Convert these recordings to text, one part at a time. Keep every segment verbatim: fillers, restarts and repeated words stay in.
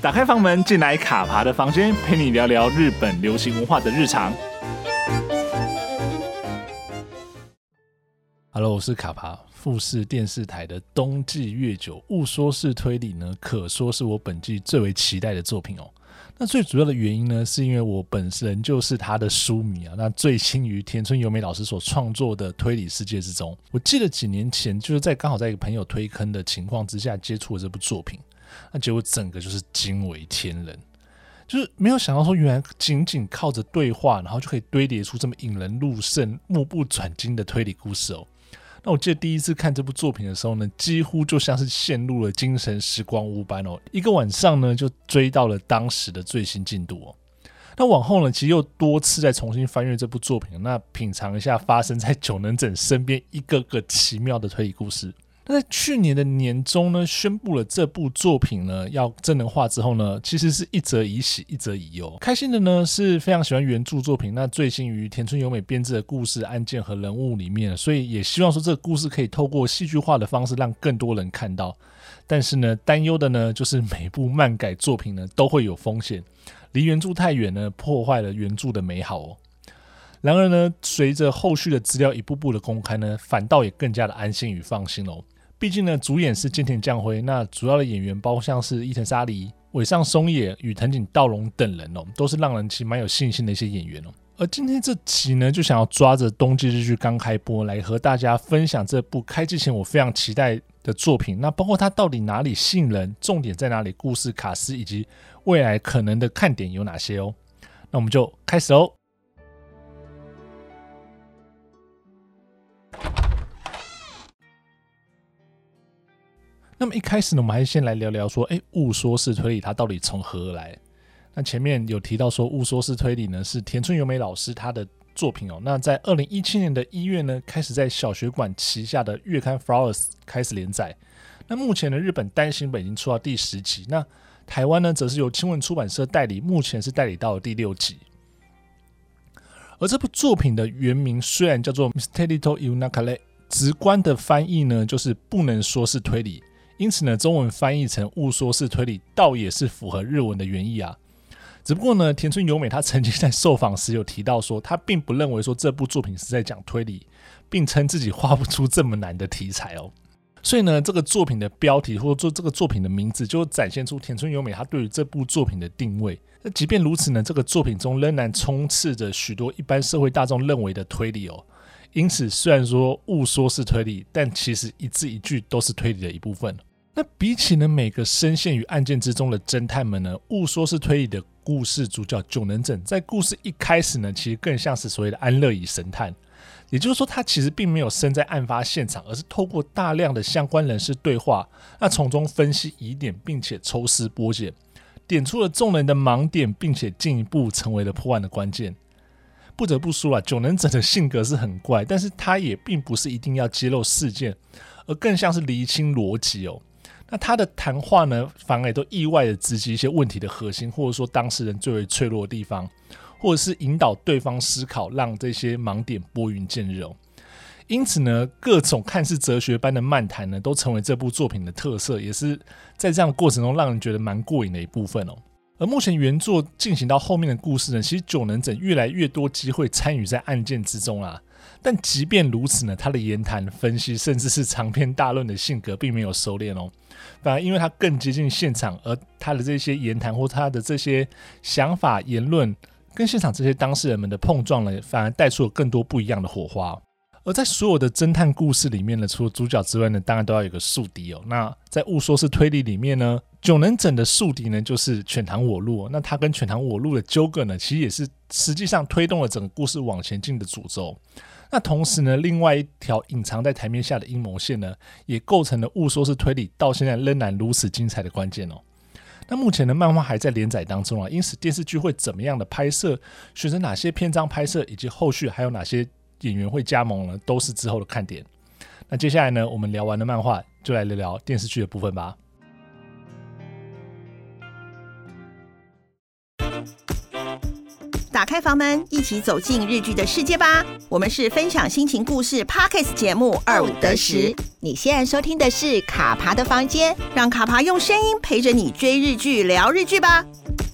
打开房门，进来卡爬的房间，陪你聊聊日本流行文化的日常。Hello， 我是卡爬。富士电视台的冬季月久误说式推理呢，可说是我本季最为期待的作品哦。那最主要的原因呢，是因为我本人就是他的书迷啊。那醉心于田村由美老师所创作的推理世界之中。我记得几年前就是在刚好在一个朋友推坑的情况之下接触了这部作品，那结果整个就是惊为天人，就是没有想到说原来仅仅靠着对话，然后就可以堆叠出这么引人入胜、目不转睛的推理故事哦。那我记得第一次看这部作品的时候呢，几乎就像是陷入了精神时光屋般哦，一个晚上呢就追到了当时的最新进度哦。那往后呢，其实又多次再重新翻阅这部作品，那品尝一下发生在久能整身边一个个奇妙的推理故事。那在去年的年中呢，宣布了这部作品呢要真人化之后呢，其实是一则以喜一则以忧。开心的呢是非常喜欢原著作品，那醉心于田村由美编制的故事、案件和人物里面，所以也希望说这个故事可以透过戏剧化的方式让更多人看到。但是呢，担忧的呢就是每部漫改作品呢都会有风险，离原著太远呢，破坏了原著的美好哦。然而呢，随着后续的资料一步步的公开呢，反倒也更加的安心与放心哦。毕竟呢，主演是菅田将晖，那主要的演员包括像是伊藤沙莉、尾上松野与藤井道隆等人哦，都是让人其实蛮有信心的一些演员哦。而今天这集呢，就想要抓着冬季日剧刚开播来和大家分享这部开季前我非常期待的作品，那包括它到底哪里吸引人，重点在哪里，故事卡司以及未来可能的看点有哪些哦。那我们就开始哦。那么一开始呢，我们还是先来聊聊说，哎，误说式推理它到底从何而来？那前面有提到说，误说式推理呢是田村由美老师他的作品哦。那在二零一七年的一月呢，开始在小学馆旗下的月刊 Flowers 开始连载。那目前呢，日本单行本已经出到第十集，那台湾呢，则是由青文出版社代理，目前是代理到了第六集。而这部作品的原名虽然叫做 Mystery to Yunakare， 直观的翻译呢就是不能说是推理。因此呢，中文翻译成误说式推理，倒也是符合日文的原意啊。只不过呢，田村由美她曾经在受访时有提到说，她并不认为说这部作品是在讲推理，并称自己画不出这么难的题材哦。所以呢，这个作品的标题或者说这个作品的名字，就展现出田村由美她对于这部作品的定位。那即便如此呢，这个作品中仍然充斥着许多一般社会大众认为的推理哦。因此虽然说误说是推理，但其实一字一句都是推理的一部分。那比起呢每个深陷于案件之中的侦探们呢，误说是推理的故事主角久能整在故事一开始呢，其实更像是所谓的安乐椅神探。也就是说，他其实并没有身在案发现场，而是透过大量的相关人士对话，那从中分析疑点，并且抽丝剥茧，点出了众人的盲点，并且进一步成为了破案的关键。不得不说啊，久能整的性格是很怪，但是他也并不是一定要揭露事件，而更像是厘清逻辑哦。那他的谈话呢，反而都意外的直击一些问题的核心，或者说当事人最为脆弱的地方，或者是引导对方思考，让这些盲点拨云见日哦。因此呢，各种看似哲学般的漫谈呢，都成为这部作品的特色，也是在这样的过程中让人觉得蛮过瘾的一部分哦。而目前原作进行到后面的故事呢，其实久能整越来越多机会参与在案件之中啦。但即便如此呢，他的言谈分析甚至是长篇大论的性格并没有收敛哦，反而因为他更接近现场，而他的这些言谈或他的这些想法言论跟现场这些当事人们的碰撞呢，反而带出了更多不一样的火花。而在所有的侦探故事里面呢，除了主角之外呢，当然都要有个宿敌哦。那在误说式推理里面呢，久能整的宿敌呢就是犬堂我路、哦、那他跟犬堂我路的纠葛呢，其实也是实际上推动了整个故事往前进的主轴。那同时呢，另外一条隐藏在台面下的阴谋线呢，也构成了误说式推理到现在仍然如此精彩的关键哦。那目前的漫画还在连载当中啊，因此电视剧会怎么样的拍摄，选择哪些篇章拍摄，以及后续还有哪些演员会加盟呢，都是之后的看点。那接下来呢，我们聊完了漫画，就来聊聊电视剧的部分吧。 打开房门，一起走进日剧的世界吧。我们是分享心情故事 Podcast 节目二五得十。你现在收听的是卡爬的房间，让卡爬用声音陪着你追日剧、聊日剧吧。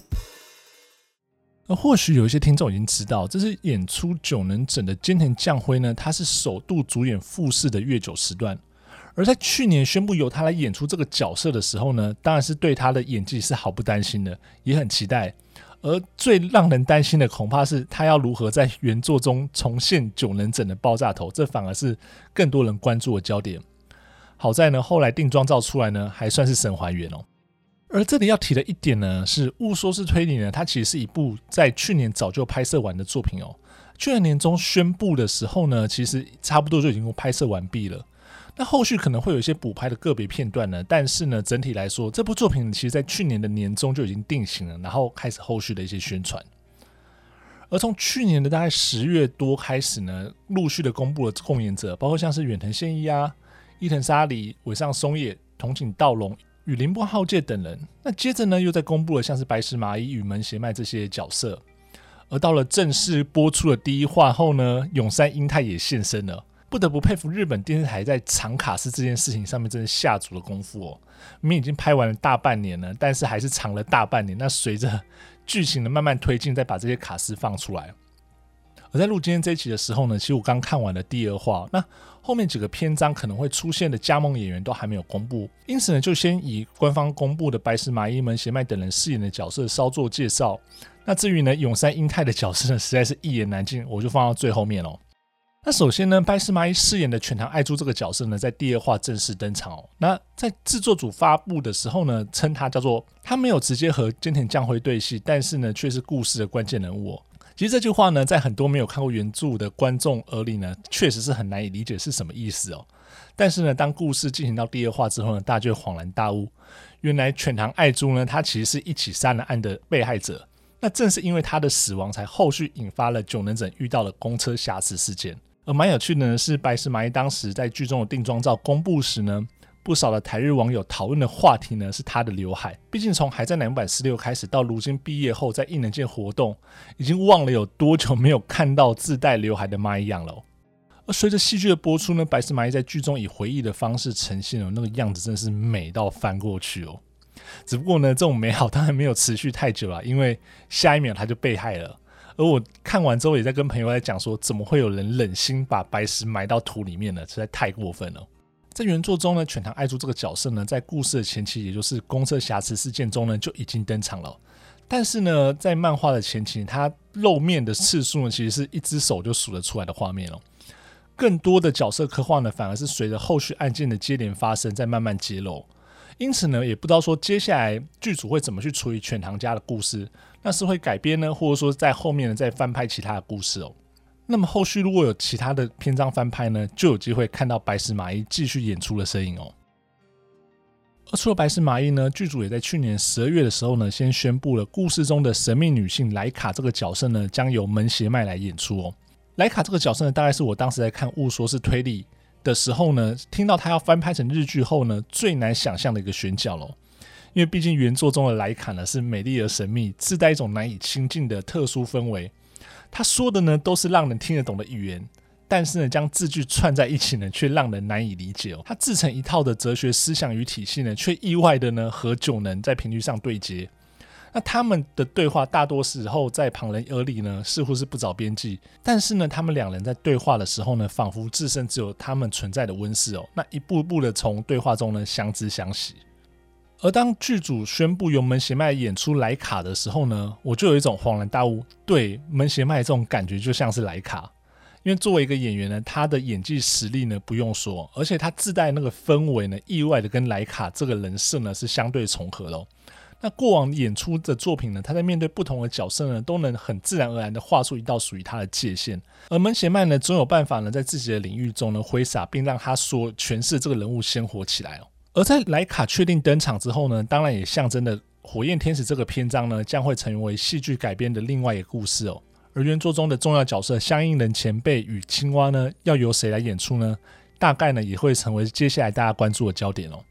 或许有一些听众已经知道，这是演出九能整的菅田将晖呢，他是首度主演富士的月九时段。而在去年宣布由他来演出这个角色的时候呢，当然是对他的演技是毫不担心的，也很期待。而最让人担心的恐怕是他要如何在原作中重现九能整的爆炸头，这反而是更多人关注的焦点。好在呢，后来定妆照出来呢，还算是神还原哦。而这里要提的一点呢，是误说是推理呢，它其实是一部在去年早就拍摄完的作品哦。去年年中宣布的时候呢，其实差不多就已经拍摄完毕了。那后续可能会有一些补拍的个别片段呢，但是呢，整体来说，这部作品其实在去年的年中就已经定型了，然后开始后续的一些宣传。而从去年的大概十月多开始呢，陆续的公布了共演者，包括像是远藤宪一啊、伊藤沙莉、尾上松叶、筒井道隆与铃木浩介等人。那接着呢，又在公布了像是白石麻衣与门胁麦这些角色。而到了正式播出的第一话后呢，永山英太也现身了。不得不佩服日本电视台在藏卡司这件事情上面真的下足了功夫哦。明明已经拍完了大半年了，但是还是藏了大半年。那随着剧情的慢慢推进，再把这些卡司放出来。而在录今天这一集的时候呢，其实我刚看完了第二话，那后面几个篇章可能会出现的加盟演员都还没有公布，因此呢，就先以官方公布的白石麻衣、门胁麦等人饰演的角色稍作介绍。那至于呢，永山英太的角色呢，实在是一言难尽，我就放到最后面哦。那首先呢，白石麻衣饰演的犬堂爱珠这个角色呢，在第二话正式登场哦。那在制作组发布的时候呢，称他叫做他没有直接和菅田将晖对戏，但是呢，却是故事的关键人物哦。其实这句话呢，在很多没有看过原著的观众耳里呢，确实是很难以理解是什么意思哦。但是呢，当故事进行到第二话之后呢，大家就恍然大悟，原来犬堂爱珠呢，他其实是一起杀人案的被害者。那正是因为他的死亡，才后续引发了九能整遇到了公车瑕疵事件。而蛮有趣的呢，是白石麻衣当时在剧中的定妆照公布时呢，不少的台日网友讨论的话题呢，是她的刘海。毕竟从还在乃木坂十六开始，到如今毕业后在艺能界活动，已经忘了有多久没有看到自带刘海的麻衣样了哦。而随着戏剧的播出呢，白石麻衣在剧中以回忆的方式呈现了那个样子，真的是美到翻过去哦。只不过呢，这种美好当然没有持续太久了，因为下一秒他就被害了。而我看完之后也在跟朋友在讲说，怎么会有人忍心把白石埋到土里面呢？实在太过分了。在原作中呢，犬堂爱珠这个角色呢，在故事的前期，也就是公车瑕疵事件中呢，就已经登场了。但是呢，在漫画的前期，他露面的次数呢，其实是一只手就数得出来的画面了。更多的角色刻画呢，反而是随着后续案件的接连发生，在慢慢揭露。因此呢，也不知道说接下来剧组会怎么去处理犬堂家的故事，那是会改编呢，或者说在后面呢再翻拍其他的故事哦。那么后续如果有其他的篇章翻拍呢，就有机会看到白石麻衣继续演出的身影哦。而除了白石麻衣呢，剧组也在去年十二月的时候呢，先宣布了故事中的神秘女性莱卡这个角色呢，将由门胁麦来演出哦。莱卡这个角色呢，大概是我当时在看误说是推理的时候呢，听到他要翻拍成日剧后呢，最难想象的一个选角咯。因为毕竟原作中的莱卡呢是美丽而神秘，自带一种难以亲近的特殊氛围。他说的呢都是让人听得懂的语言，但是呢将字句串在一起呢，却让人难以理解哦。他自成一套的哲学思想与体系呢，却意外的呢和九能在频率上对接。那他们的对话大多时候在旁人耳里呢，似乎是不着边际，但是呢，他们两人在对话的时候呢，仿佛置身只有他们存在的温室哦。那一步步的从对话中呢相知相惜。而当剧组宣布由门胁麦演出莱卡的时候呢，我就有一种恍然大悟，对，门胁麦这种感觉就像是莱卡。因为作为一个演员呢，他的演技实力呢不用说，而且他自带那个氛围呢，意外的跟莱卡这个人设呢是相对重合的哦。那过往演出的作品呢，他在面对不同的角色呢，都能很自然而然的画出一道属于他的界限。而门胁麦呢，总有办法呢，在自己的领域中呢挥洒，并让他所诠释这个人物鲜活起来哦。而在莱卡确定登场之后呢，当然也象征的火焰天使这个篇章呢，将会成为戏剧改编的另外一个故事哦。而原作中的重要角色相应人前辈与青蛙呢，要由谁来演出呢？大概呢也会成为接下来大家关注的焦点哦。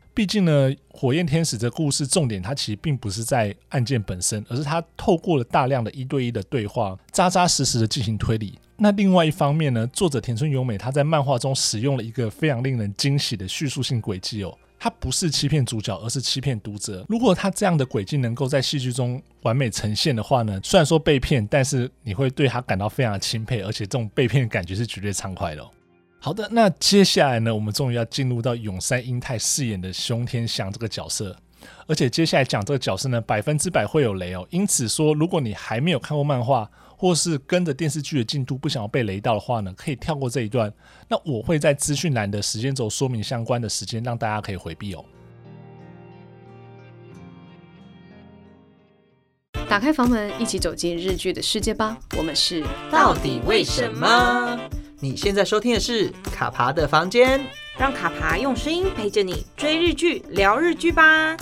毕竟呢，火焰天使这故事重点它其实并不是在案件本身，而是它透过了大量的一对一的对话，扎扎实实的进行推理。那另外一方面呢，作者田村由美他在漫画中使用了一个非常令人惊喜的叙述性轨迹哦，它不是欺骗主角，而是欺骗读者。如果他这样的轨迹能够在戏剧中完美呈现的话呢，虽然说被骗，但是你会对他感到非常的钦佩，而且这种被骗的感觉是绝对畅快的哦。好的，那接下来呢，我们终于要进入到永山英太饰演的熊田翔这个角色，而且接下来讲这个角色呢，百分之百会有雷哦。因此说，如果你还没有看过漫画，或是跟着电视剧的进度不想要被雷到的话呢，可以跳过这一段。那我会在资讯栏的时间轴说明相关的时间，让大家可以回避哦。 打开房门，一起走进日剧的世界吧。我们是到底为什么？你现在收听的是卡爬的房间， 让卡爬用声音陪着你追日剧、聊日剧吧。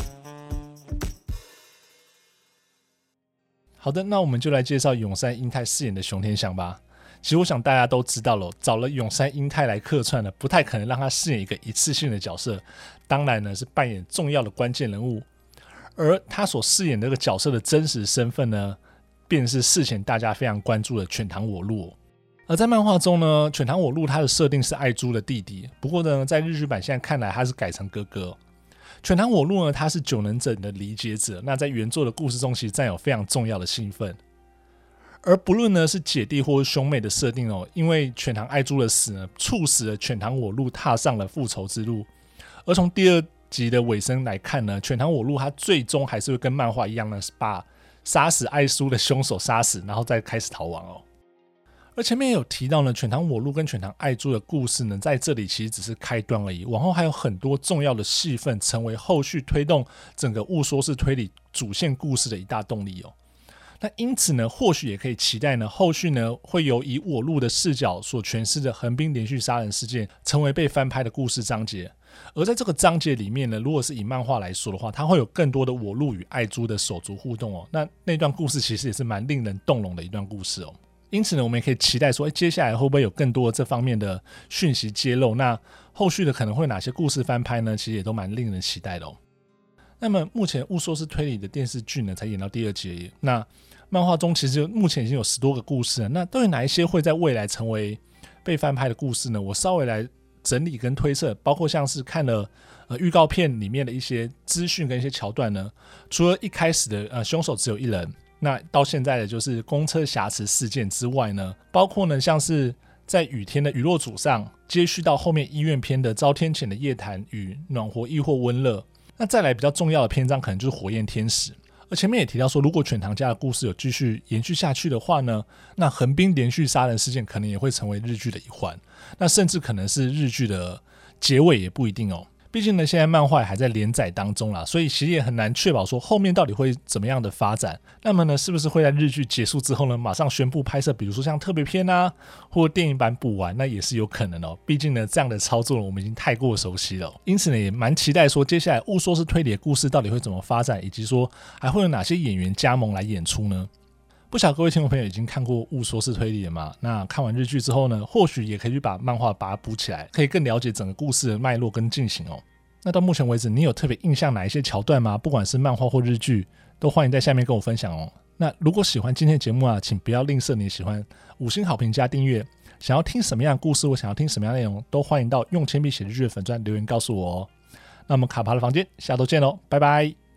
好的，那我们就来介绍永山英太饰演的熊田翔吧。其实我想大家都知道了，找了永山英太来客串呢，不太可能让他饰演一个一次性的角色，当然呢是扮演重要的关键人物。而他所饰演的这个角色的真实身份呢，便是事前大家非常关注的犬堂我路。而在漫画中呢，犬堂我路他的设定是爱珠的弟弟，不过呢，在日剧版现在看来他是改成哥哥。犬堂我路呢，他是九能整的理解者，那在原作的故事中其实占有非常重要的戏份。而不论呢是姐弟或是兄妹的设定哦，因为犬堂爱珠的死呢，促使了犬堂我路踏上了复仇之路。而从第二集的尾声来看呢，犬堂我路他最终还是会跟漫画一样呢，把杀死爱珠的凶手杀死，然后再开始逃亡哦。而前面也有提到呢，犬堂我路跟犬堂爱珠的故事呢，在这里其实只是开端而已，往后还有很多重要的戏份，成为后续推动整个雾说式推理主线故事的一大动力哦。那因此呢，或许也可以期待呢，后续呢会由以我路的视角所诠释的横滨连续杀人事件，成为被翻拍的故事章节。而在这个章节里面呢，如果是以漫画来说的话，它会有更多的我路与爱珠的手足互动哦。那那段故事其实也是蛮令人动容的一段故事哦。因此呢，我们也可以期待说，欸、接下来会不会有更多这方面的讯息揭露？那后续的可能会有哪些故事翻拍呢？其实也都蛮令人期待的哦。那么目前雾说式推理的电视剧呢，才演到第二集而已。那漫画中其实目前已经有十多个故事了，那都有哪一些会在未来成为被翻拍的故事呢？我稍微来整理跟推测，包括像是看了呃预告片里面的一些资讯跟一些桥段呢，除了一开始的呃凶手只有一人。那到现在的就是公车挟持事件之外呢，包括呢像是在雨天的雨落组上，接续到后面医院篇的遭天谴的夜谈与暖和亦或温热。那再来比较重要的篇章可能就是火焰天使。而前面也提到说，如果犬堂家的故事有继续延续下去的话呢，那横滨连续杀人事件可能也会成为日剧的一环，那甚至可能是日剧的结尾也不一定哦。毕竟呢，现在漫画还在连载当中啦，所以其实也很难确保说后面到底会怎么样的发展。那么呢，是不是会在日剧结束之后呢，马上宣布拍摄，比如说像特别篇啊，或电影版补完，那也是有可能哦。毕竟呢，这样的操作我们已经太过熟悉了，因此呢，也蛮期待说接下来雾说式推理的故事到底会怎么发展，以及说还会有哪些演员加盟来演出呢？不晓得各位听众朋友已经看过雾说式推理了吗？那看完日剧之后呢，或许也可以去把漫画把它补起来，可以更了解整个故事的脉络跟进行哦。那到目前为止，你有特别印象哪一些桥段吗？不管是漫画或日剧，都欢迎在下面跟我分享哦。那如果喜欢今天的节目啊，请不要吝啬你喜欢五星好评加订阅。想要听什么样的故事，或想要听什么样的内容，都欢迎到用铅笔写日剧的粉专留言告诉我哦。那我们卡爬的房间下周见喽，拜拜。